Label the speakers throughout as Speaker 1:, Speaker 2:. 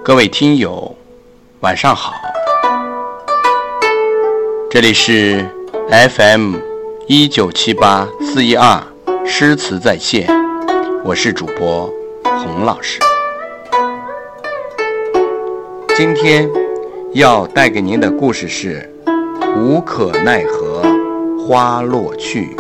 Speaker 1: 各位听友，晚上好，这里是 FM1978412诗词在线，我是主播洪老师。今天要带给您的故事是无可奈何花落去。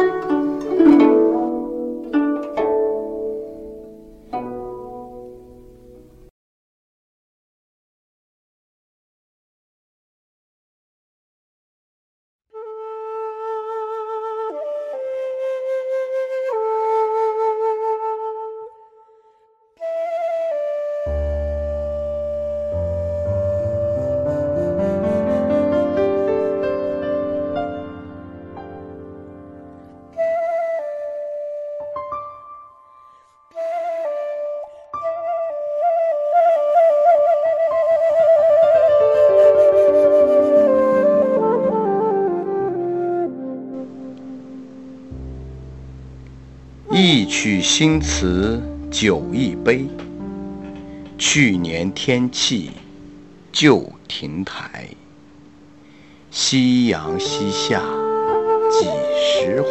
Speaker 1: 一曲新词酒一杯，去年天气旧亭台。夕阳西下几时回？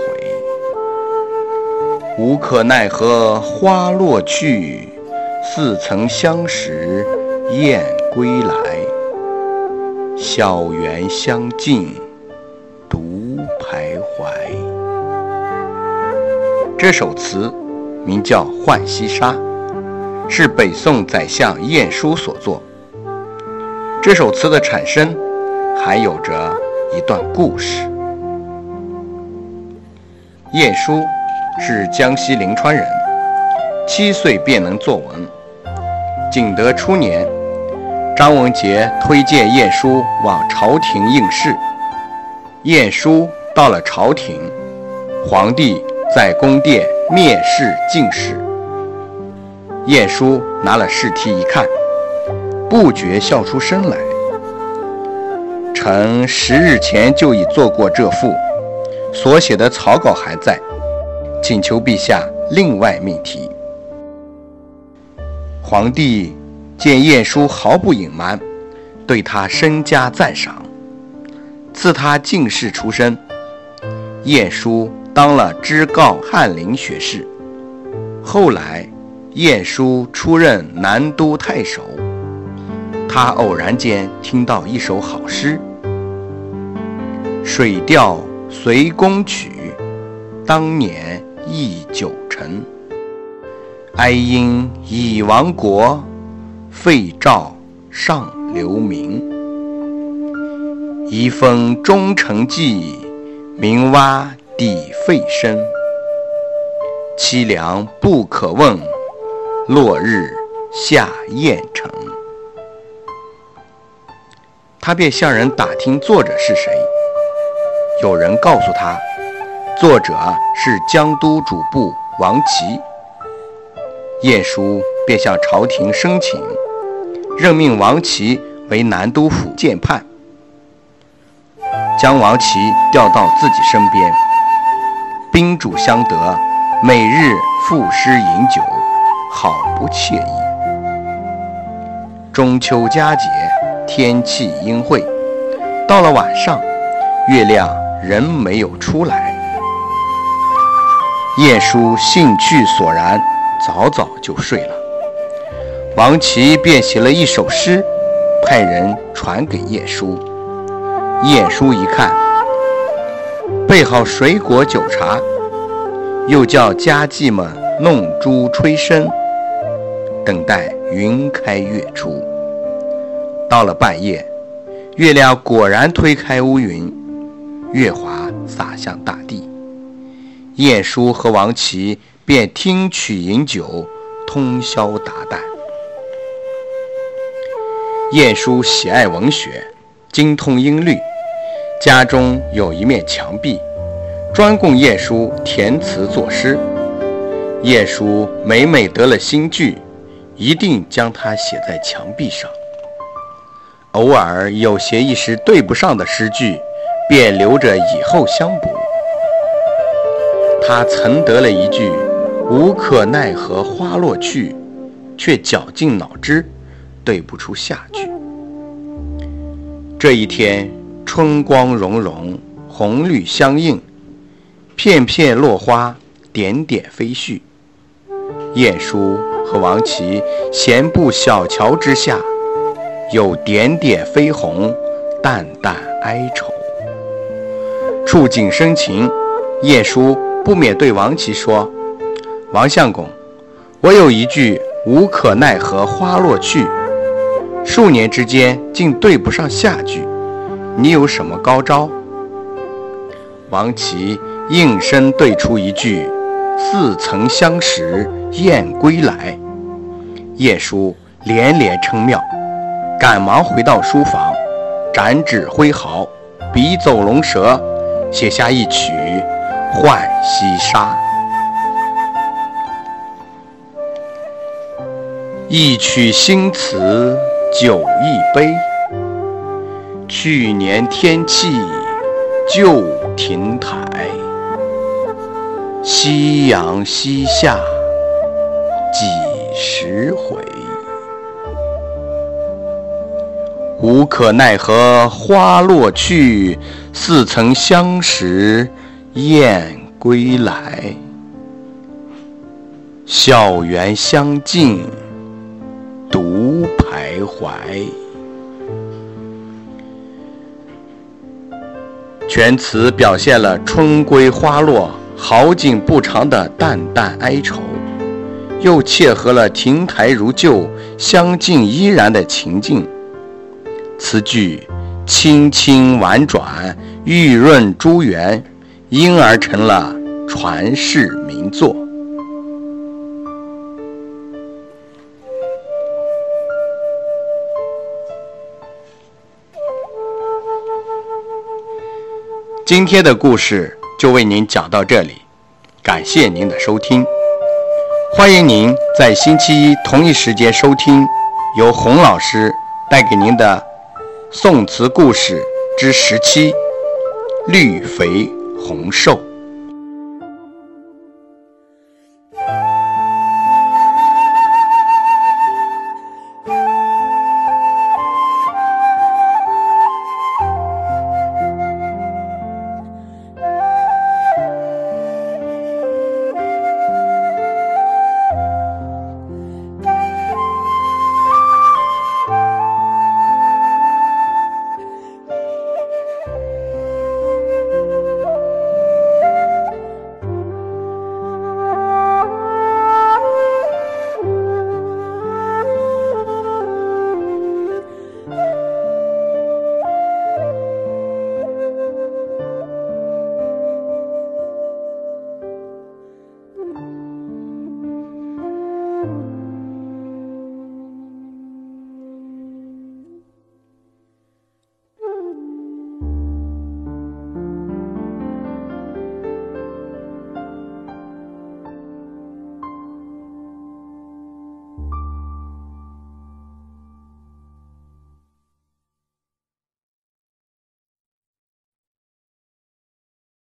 Speaker 1: 无可奈何花落去，似曾相识燕归来。小园相近独徘徊。这首词名叫《浣溪沙》，是北宋宰相晏殊所作。这首词的产生还有着一段故事。晏殊是江西临川人，7岁便能作文。景德初年，张文杰推荐晏殊往朝廷应试。晏殊到了朝廷，皇帝在宫殿面试进士。晏殊拿了试题一看，不觉笑出声来。臣10日前就已做过这赋，所写的草稿还在，请求陛下另外命题。皇帝见晏殊毫不隐瞒，对他深加赞赏，赐他进士出身。晏殊当了知诰翰林学士。后来晏殊出任南都太守，他偶然间听到一首好诗：水调随宫曲，当年忆九成。哀因已亡国，废诏上留名。移风终成寂，名蛙底废声。凄凉不可问，落日下雁城。他便向人打听作者是谁，有人告诉他，作者是江都主簿王琦。晏殊便向朝廷申请，任命王琦为南都府监判，将王琦调到自己身边，宾主相得，每日赋诗饮酒，好不惬意。中秋佳节，天气阴晦，到了晚上，月亮仍没有出来。晏殊兴趣索然，早早就睡了。王琦便写了一首诗，派人传给晏殊。晏殊一看，备好水果酒茶，又叫家妓们弄珠吹笙，等待云开月出。到了半夜，月亮果然推开乌云，月华洒向大地。晏殊和王琦便听曲饮酒，通宵达旦。晏殊喜爱文学，精通音律，家中有一面墙壁，专供晏殊填词作诗。晏殊每得了新句，一定将它写在墙壁上。偶尔有些一时对不上的诗句，便留着以后相补。他曾得了一句无可奈何花落去，却绞尽脑汁对不出下句。这一天，春光融融，红绿相映，片片落花，点点飞絮。晏殊和王琦闲步小桥之下，有点点飞红，淡淡哀愁。触景生情，晏殊不免对王琦说：“王相公，我有一句无可奈何花落去，数年之间竟对不上下句，你有什么高招？”王琦应声对出一句：“似曾相识燕归来。”晏殊连连称妙，赶忙回到书房，展指挥毫，笔走龙蛇，写下一曲《浣溪沙》。一曲新词酒一杯，去年天气旧亭台。夕阳西下几时回？无可奈何花落去，似曾相识燕归来。校园相近独徘徊。全词表现了春归花落、好景不长的淡淡哀愁，又切合了亭台如旧、相敬依然的情境。词句轻轻婉转，玉润珠圆，因而成了传世名作。今天的故事就为您讲到这里，感谢您的收听。欢迎您在星期一同一时间收听由洪老师带给您的宋词故事之17绿肥红瘦。